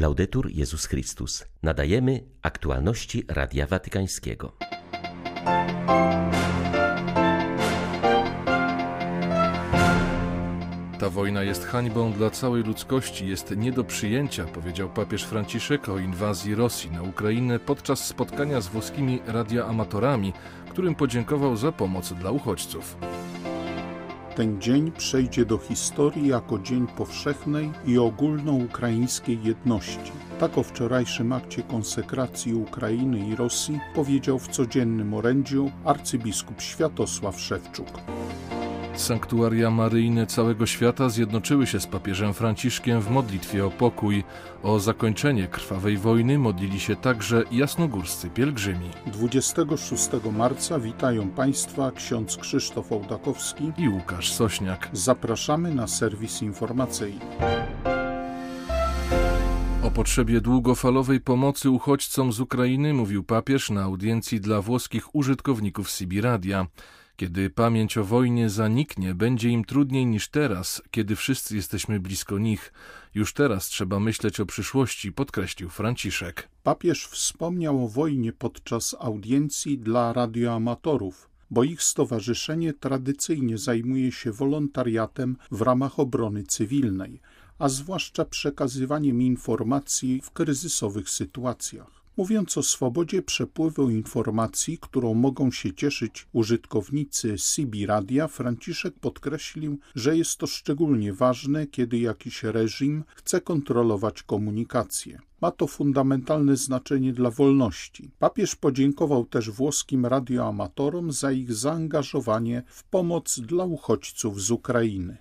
Laudetur Jezus Chrystus. Nadajemy aktualności Radia Watykańskiego. Ta wojna jest hańbą dla całej ludzkości, jest nie do przyjęcia, powiedział papież Franciszek o inwazji Rosji na Ukrainę podczas spotkania z włoskimi radioamatorami, którym podziękował za pomoc dla uchodźców. Ten dzień przejdzie do historii jako Dzień Powszechnej i Ogólnoukraińskiej Jedności. Tak o wczorajszym akcie konsekracji Ukrainy i Rosji powiedział w codziennym orędziu arcybiskup Światosław Szewczuk. Sanktuaria maryjne całego świata zjednoczyły się z papieżem Franciszkiem w modlitwie o pokój. O zakończenie krwawej wojny modlili się także jasnogórscy pielgrzymi. 26 marca witają Państwa ksiądz Krzysztof Ołdakowski i Łukasz Sośniak. Zapraszamy na serwis informacyjny. O potrzebie długofalowej pomocy uchodźcom z Ukrainy mówił papież na audiencji dla włoskich użytkowników CB Radia. Kiedy pamięć o wojnie zaniknie, będzie im trudniej niż teraz, kiedy wszyscy jesteśmy blisko nich. Już teraz trzeba myśleć o przyszłości, podkreślił Franciszek. Papież wspomniał o wojnie podczas audiencji dla radioamatorów, bo ich stowarzyszenie tradycyjnie zajmuje się wolontariatem w ramach obrony cywilnej, a zwłaszcza przekazywaniem informacji w kryzysowych sytuacjach. Mówiąc o swobodzie przepływu informacji, którą mogą się cieszyć użytkownicy CB Radia, Franciszek podkreślił, że jest to szczególnie ważne, kiedy jakiś reżim chce kontrolować komunikację. Ma to fundamentalne znaczenie dla wolności. Papież podziękował też włoskim radioamatorom za ich zaangażowanie w pomoc dla uchodźców z Ukrainy.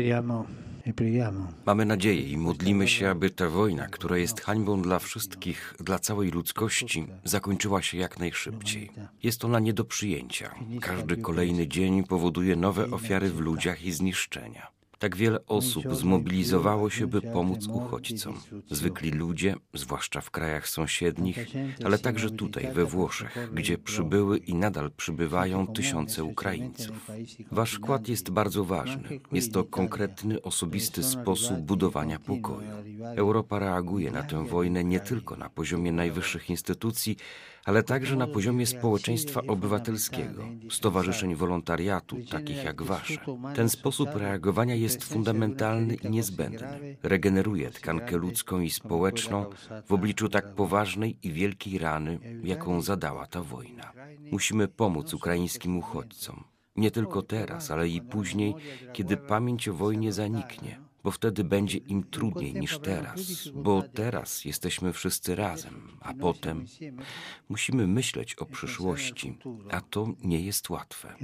Mamy nadzieję i modlimy się, aby ta wojna, która jest hańbą dla wszystkich, dla całej ludzkości, zakończyła się jak najszybciej. Jest ona nie do przyjęcia. Każdy kolejny dzień powoduje nowe ofiary w ludziach i zniszczenia. Tak wiele osób zmobilizowało się, by pomóc uchodźcom. Zwykli ludzie, zwłaszcza w krajach sąsiednich, ale także tutaj, we Włoszech, gdzie przybyły i nadal przybywają tysiące Ukraińców. Wasz wkład jest bardzo ważny. Jest to konkretny, osobisty sposób budowania pokoju. Europa reaguje na tę wojnę nie tylko na poziomie najwyższych instytucji, ale także na poziomie społeczeństwa obywatelskiego, stowarzyszeń wolontariatu, takich jak wasze. Ten sposób reagowania jest fundamentalny i niezbędny. Regeneruje tkankę ludzką i społeczną w obliczu tak poważnej i wielkiej rany, jaką zadała ta wojna. Musimy pomóc ukraińskim uchodźcom. Nie tylko teraz, ale i później, kiedy pamięć o wojnie zaniknie. Bo wtedy będzie im trudniej niż teraz, bo teraz jesteśmy wszyscy razem, a potem musimy myśleć o przyszłości, a to nie jest łatwe.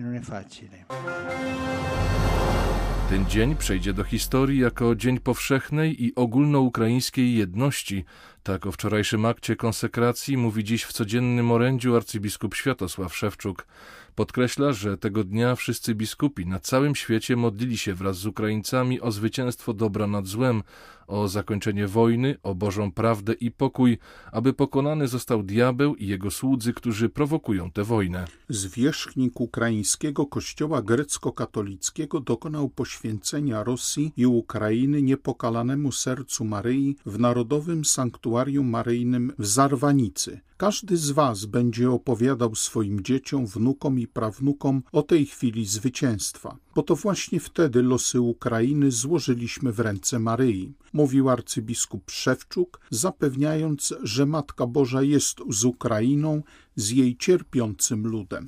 Ten dzień przejdzie do historii jako Dzień Powszechnej i Ogólnoukraińskiej Jedności. Tak o wczorajszym akcie konsekracji mówi dziś w codziennym orędziu arcybiskup Światosław Szewczuk. Podkreśla, że tego dnia wszyscy biskupi na całym świecie modlili się wraz z Ukraińcami o zwycięstwo dobra nad złem, o zakończenie wojny, o Bożą prawdę i pokój, aby pokonany został diabeł i jego słudzy, którzy prowokują tę wojnę. Zwierzchnik ukraińskiego kościoła grecko-katolickiego dokonał poświęcenia Rosji i Ukrainy niepokalanemu sercu Maryi w Narodowym Sanktuarium Maryjnym w Zarwanicy. Każdy z was będzie opowiadał swoim dzieciom, wnukom i prawnukom o tej chwili zwycięstwa, bo to właśnie wtedy losy Ukrainy złożyliśmy w ręce Maryi, mówił arcybiskup Szewczuk, zapewniając, że Matka Boża jest z Ukrainą, z jej cierpiącym ludem.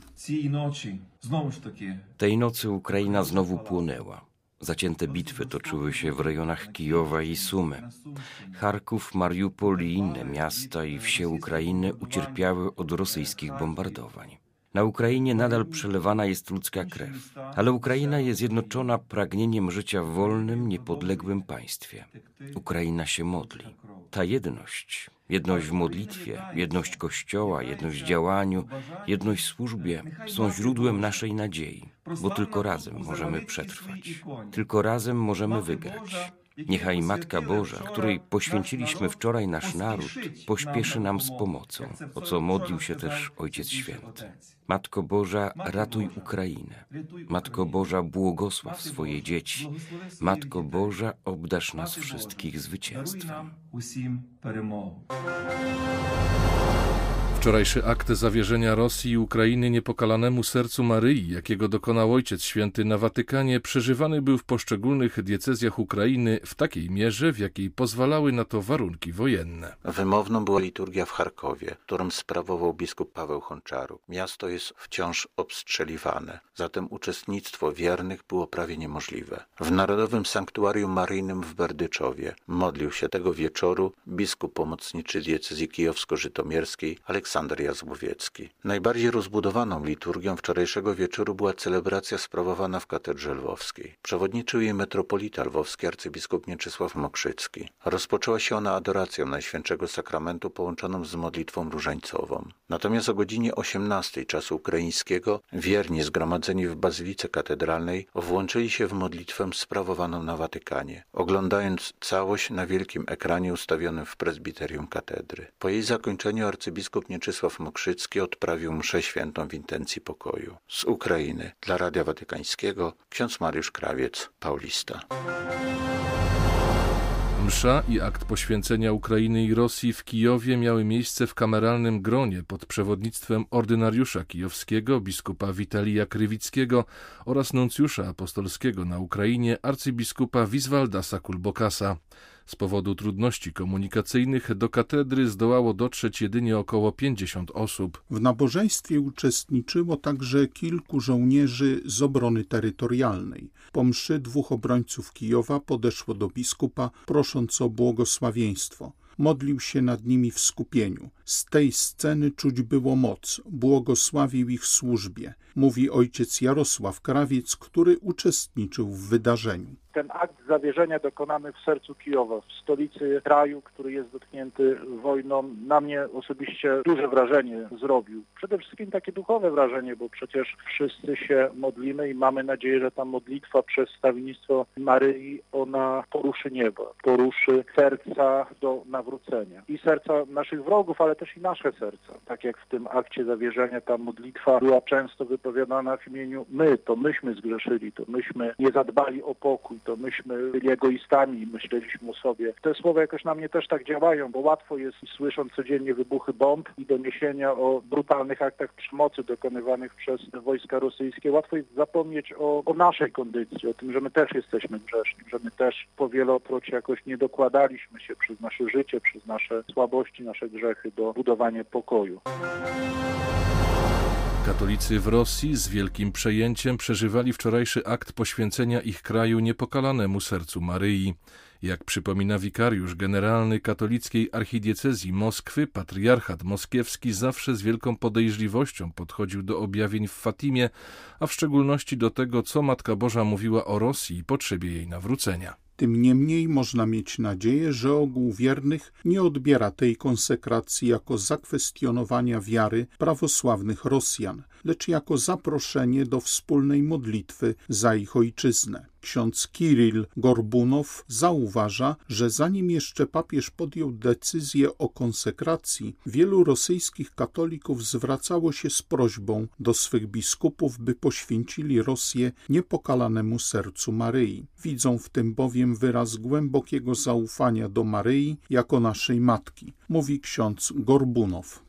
Tej nocy Ukraina znowu płonęła. Zacięte bitwy toczyły się w rejonach Kijowa i Sumy. Charków, Mariupol i inne miasta i wsie Ukrainy ucierpiały od rosyjskich bombardowań. Na Ukrainie nadal przelewana jest ludzka krew, ale Ukraina jest zjednoczona pragnieniem życia w wolnym, niepodległym państwie. Ukraina się modli. Ta jedność w modlitwie, jedność Kościoła, jedność w działaniu, jedność w służbie są źródłem naszej nadziei, bo tylko razem możemy przetrwać. Tylko razem możemy wygrać. Niechaj Matka Boża, której poświęciliśmy wczoraj nasz naród, pośpieszy nam z pomocą, o co modlił się też Ojciec Święty. Matko Boża, ratuj Ukrainę. Matko Boża, błogosław swoje dzieci. Matko Boża, obdarz nas wszystkich zwycięstwem. Wczorajszy akt zawierzenia Rosji i Ukrainy niepokalanemu sercu Maryi, jakiego dokonał Ojciec Święty na Watykanie, przeżywany był w poszczególnych diecezjach Ukrainy w takiej mierze, w jakiej pozwalały na to warunki wojenne. Wymowną była liturgia w Charkowie, którą sprawował biskup Paweł Honczaruk. Miasto jest wciąż obstrzeliwane, zatem uczestnictwo wiernych było prawie niemożliwe. W Narodowym Sanktuarium Maryjnym w Berdyczowie modlił się tego wieczoru biskup pomocniczy diecezji kijowsko-żytomierskiej Aleksander Jazłowiecki. Najbardziej rozbudowaną liturgią wczorajszego wieczoru była celebracja sprawowana w katedrze lwowskiej. Przewodniczył jej metropolita lwowski arcybiskup Mieczysław Mokrzycki. Rozpoczęła się ona adoracją Najświętszego Sakramentu połączoną z modlitwą różańcową. Natomiast o godzinie 18 czasu ukraińskiego wierni zgromadzeni w Bazylice Katedralnej włączyli się w modlitwę sprawowaną na Watykanie, oglądając całość na wielkim ekranie ustawionym w prezbiterium katedry. Po jej zakończeniu arcybiskup Mieczysław Mokrzycki odprawił mszę świętą w intencji pokoju. Z Ukrainy dla Radia Watykańskiego ksiądz Mariusz Krawiec, Paulista. Msza i akt poświęcenia Ukrainy i Rosji w Kijowie miały miejsce w kameralnym gronie pod przewodnictwem ordynariusza kijowskiego, biskupa Witalija Krywickiego oraz nuncjusza apostolskiego na Ukrainie, arcybiskupa Wiswaldasa Kulbokasa. Z powodu trudności komunikacyjnych do katedry zdołało dotrzeć jedynie około 50 osób. W nabożeństwie uczestniczyło także kilku żołnierzy z obrony terytorialnej. Po mszy 2 obrońców Kijowa podeszło do biskupa, prosząc o błogosławieństwo. Modlił się nad nimi w skupieniu. Z tej sceny czuć było moc. Błogosławił ich służbie, mówi ojciec Jarosław Krawiec, który uczestniczył w wydarzeniu. Ten akt zawierzenia dokonany w sercu Kijowa, w stolicy kraju, który jest dotknięty wojną, na mnie osobiście duże wrażenie zrobił. Przede wszystkim takie duchowe wrażenie, bo przecież wszyscy się modlimy i mamy nadzieję, że ta modlitwa przez wstawiennictwo Maryi, ona poruszy niebo, poruszy serca do nawrócenia. I serca naszych wrogów, ale też i nasze serca. Tak jak w tym akcie zawierzenia ta modlitwa była często wypowiadana w imieniu my, to myśmy zgrzeszyli, to myśmy nie zadbali o pokój, to myśmy byli egoistami i myśleliśmy o sobie. Te słowa jakoś na mnie też tak działają, bo łatwo jest, słysząc codziennie wybuchy bomb i doniesienia o brutalnych aktach przemocy dokonywanych przez wojska rosyjskie, łatwo jest zapomnieć o naszej kondycji, o tym, że my też jesteśmy grzeszni, że my też po wielokroć jakoś nie dokładaliśmy się przez nasze życie, przez nasze słabości, nasze grzechy do budowania pokoju. Katolicy w Rosji z wielkim przejęciem przeżywali wczorajszy akt poświęcenia ich kraju niepokalanemu sercu Maryi. Jak przypomina wikariusz generalny katolickiej archidiecezji Moskwy, patriarchat moskiewski zawsze z wielką podejrzliwością podchodził do objawień w Fatimie, a w szczególności do tego, co Matka Boża mówiła o Rosji i potrzebie jej nawrócenia. Tym niemniej można mieć nadzieję, że ogół wiernych nie odbiera tej konsekracji jako zakwestionowania wiary prawosławnych Rosjan, lecz jako zaproszenie do wspólnej modlitwy za ich ojczyznę. Ksiądz Kiryl Gorbunow zauważa, że zanim jeszcze papież podjął decyzję o konsekracji, wielu rosyjskich katolików zwracało się z prośbą do swych biskupów, by poświęcili Rosję niepokalanemu sercu Maryi. Widzą w tym bowiem wyraz głębokiego zaufania do Maryi jako naszej matki, mówi ksiądz Gorbunow.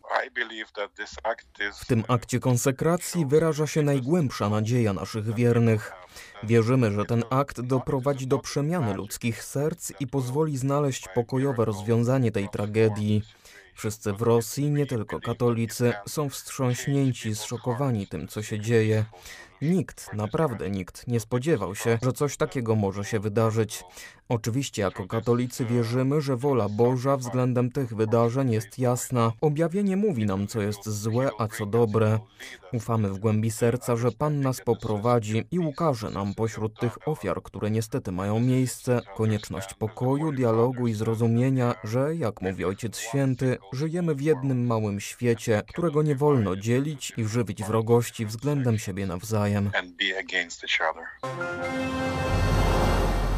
W tym akcie konsekracji wyraża się najgłębsza nadzieja naszych wiernych. Wierzymy, że ten akt doprowadzi do przemiany ludzkich serc i pozwoli znaleźć pokojowe rozwiązanie tej tragedii. Wszyscy w Rosji, nie tylko katolicy, są wstrząśnięci, zszokowani tym, co się dzieje. Nikt, naprawdę nikt, nie spodziewał się, że coś takiego może się wydarzyć. Oczywiście jako katolicy wierzymy, że wola Boża względem tych wydarzeń jest jasna. Objawienie mówi nam, co jest złe, a co dobre. Ufamy w głębi serca, że Pan nas poprowadzi i ukaże nam pośród tych ofiar, które niestety mają miejsce, konieczność pokoju, dialogu i zrozumienia, że, jak mówi Ojciec Święty, żyjemy w jednym małym świecie, którego nie wolno dzielić i żywić wrogości względem siebie nawzajem.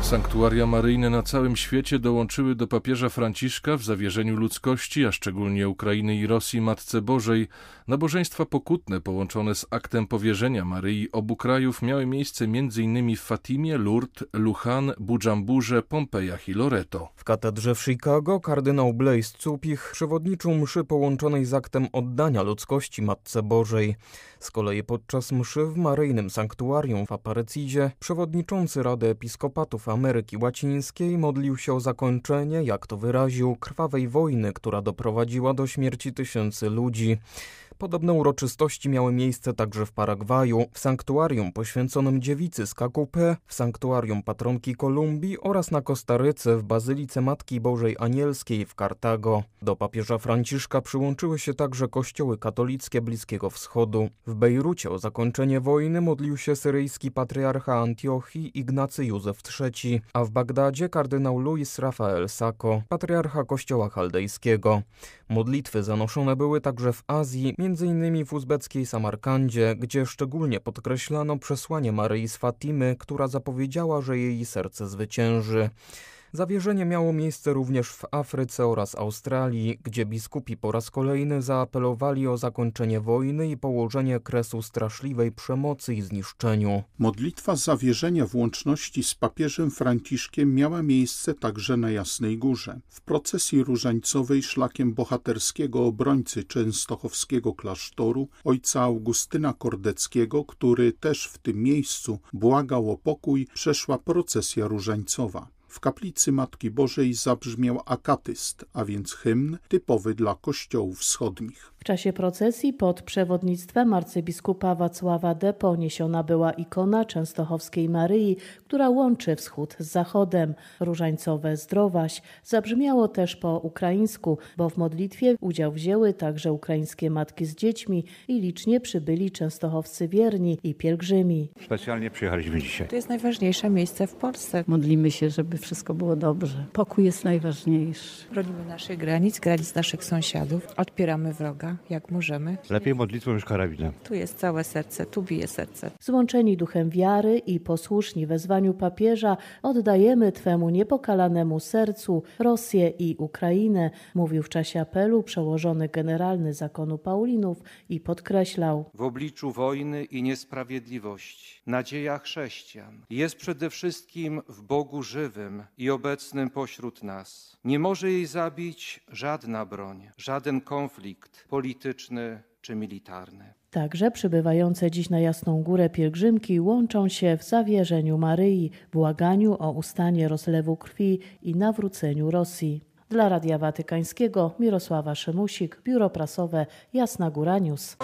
Sanktuaria maryjne na całym świecie dołączyły do papieża Franciszka w zawierzeniu ludzkości, a szczególnie Ukrainy i Rosji Matce Bożej. Nabożeństwa pokutne połączone z aktem powierzenia Maryi obu krajów miały miejsce m.in. w Fatimie, Lourdes, Lujan, Budżamburze, Pompejach i Loreto. W katedrze w Chicago kardynał Blaise Cupich przewodniczył mszy połączonej z aktem oddania ludzkości Matce Bożej. Z kolei podczas mszy w maryjnym sanktuarium w Aparecidzie przewodniczący Rady Episkopatów Ameryki Łacińskiej modlił się o zakończenie, jak to wyraził, krwawej wojny, która doprowadziła do śmierci tysięcy ludzi. Podobne uroczystości miały miejsce także w Paragwaju, w sanktuarium poświęconym dziewicy z Cacupé, w sanktuarium patronki Kolumbii oraz na Kostaryce w Bazylice Matki Bożej Anielskiej w Kartago. Do papieża Franciszka przyłączyły się także kościoły katolickie Bliskiego Wschodu. W Bejrucie o zakończenie wojny modlił się syryjski patriarcha Antiochii Ignacy Józef III, a w Bagdadzie kardynał Luis Rafael Sacco, patriarcha kościoła chaldejskiego. Modlitwy zanoszone były także w Azji, m.in. w uzbeckiej Samarkandzie, gdzie szczególnie podkreślano przesłanie Maryi z Fatimy, która zapowiedziała, że jej serce zwycięży. Zawierzenie miało miejsce również w Afryce oraz Australii, gdzie biskupi po raz kolejny zaapelowali o zakończenie wojny i położenie kresu straszliwej przemocy i zniszczeniu. Modlitwa zawierzenia w łączności z papieżem Franciszkiem miała miejsce także na Jasnej Górze. W procesji różańcowej szlakiem bohaterskiego obrońcy częstochowskiego klasztoru, ojca Augustyna Kordeckiego, który też w tym miejscu błagał o pokój, przeszła procesja różańcowa. W kaplicy Matki Bożej zabrzmiał akatyst, a więc hymn typowy dla kościołów wschodnich. W czasie procesji pod przewodnictwem arcybiskupa Wacława D. poniesiona była ikona Częstochowskiej Maryi, która łączy wschód z zachodem. Różańcowe Zdrowaś zabrzmiało też po ukraińsku, bo w modlitwie udział wzięły także ukraińskie matki z dziećmi i licznie przybyli częstochowscy wierni i pielgrzymi. Specjalnie przyjechaliśmy dzisiaj. To jest najważniejsze miejsce w Polsce. Modlimy się, żeby wszystko było dobrze. Pokój jest najważniejszy. Bronimy naszych granic naszych sąsiadów. Odpieramy wroga, jak możemy. Lepiej modlitwą niż karabinem. Tu jest całe serce, tu bije serce. Złączeni duchem wiary i posłuszni wezwaniu papieża oddajemy Twemu niepokalanemu sercu Rosję i Ukrainę, mówił w czasie apelu przełożony generalny zakonu Paulinów i podkreślał: w obliczu wojny i niesprawiedliwości nadzieja chrześcijan jest przede wszystkim w Bogu żywym i obecnym pośród nas. Nie może jej zabić żadna broń, żaden konflikt polityczny czy militarny. Także przybywające dziś na Jasną Górę pielgrzymki łączą się w zawierzeniu Maryi, błaganiu o ustanie rozlewu krwi i nawróceniu Rosji. Dla Radia Watykańskiego Mirosława Szymusik, Biuro Prasowe Jasna Góra News.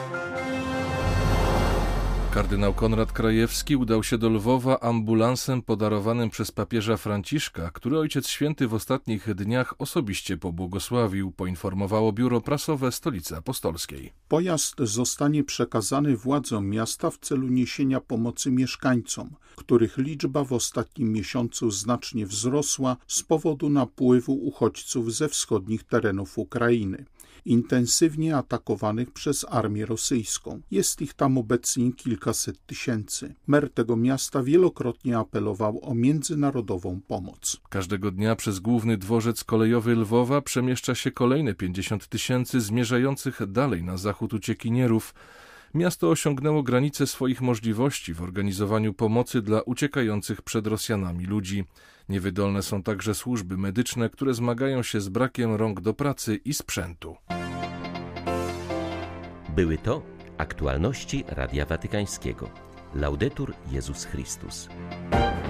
Kardynał Konrad Krajewski udał się do Lwowa ambulansem podarowanym przez papieża Franciszka, który Ojciec Święty w ostatnich dniach osobiście pobłogosławił, poinformowało Biuro Prasowe Stolicy Apostolskiej. Pojazd zostanie przekazany władzom miasta w celu niesienia pomocy mieszkańcom, których liczba w ostatnim miesiącu znacznie wzrosła z powodu napływu uchodźców ze wschodnich terenów Ukrainy, intensywnie atakowanych przez armię rosyjską. Jest ich tam obecnie kilkaset tysięcy. Mer tego miasta wielokrotnie apelował o międzynarodową pomoc. Każdego dnia przez główny dworzec kolejowy Lwowa przemieszcza się kolejne 50 tysięcy zmierzających dalej na zachód uciekinierów. Miasto osiągnęło granice swoich możliwości w organizowaniu pomocy dla uciekających przed Rosjanami ludzi. Niewydolne są także służby medyczne, które zmagają się z brakiem rąk do pracy i sprzętu. Były to aktualności Radia Watykańskiego. Laudetur Jezus Chrystus.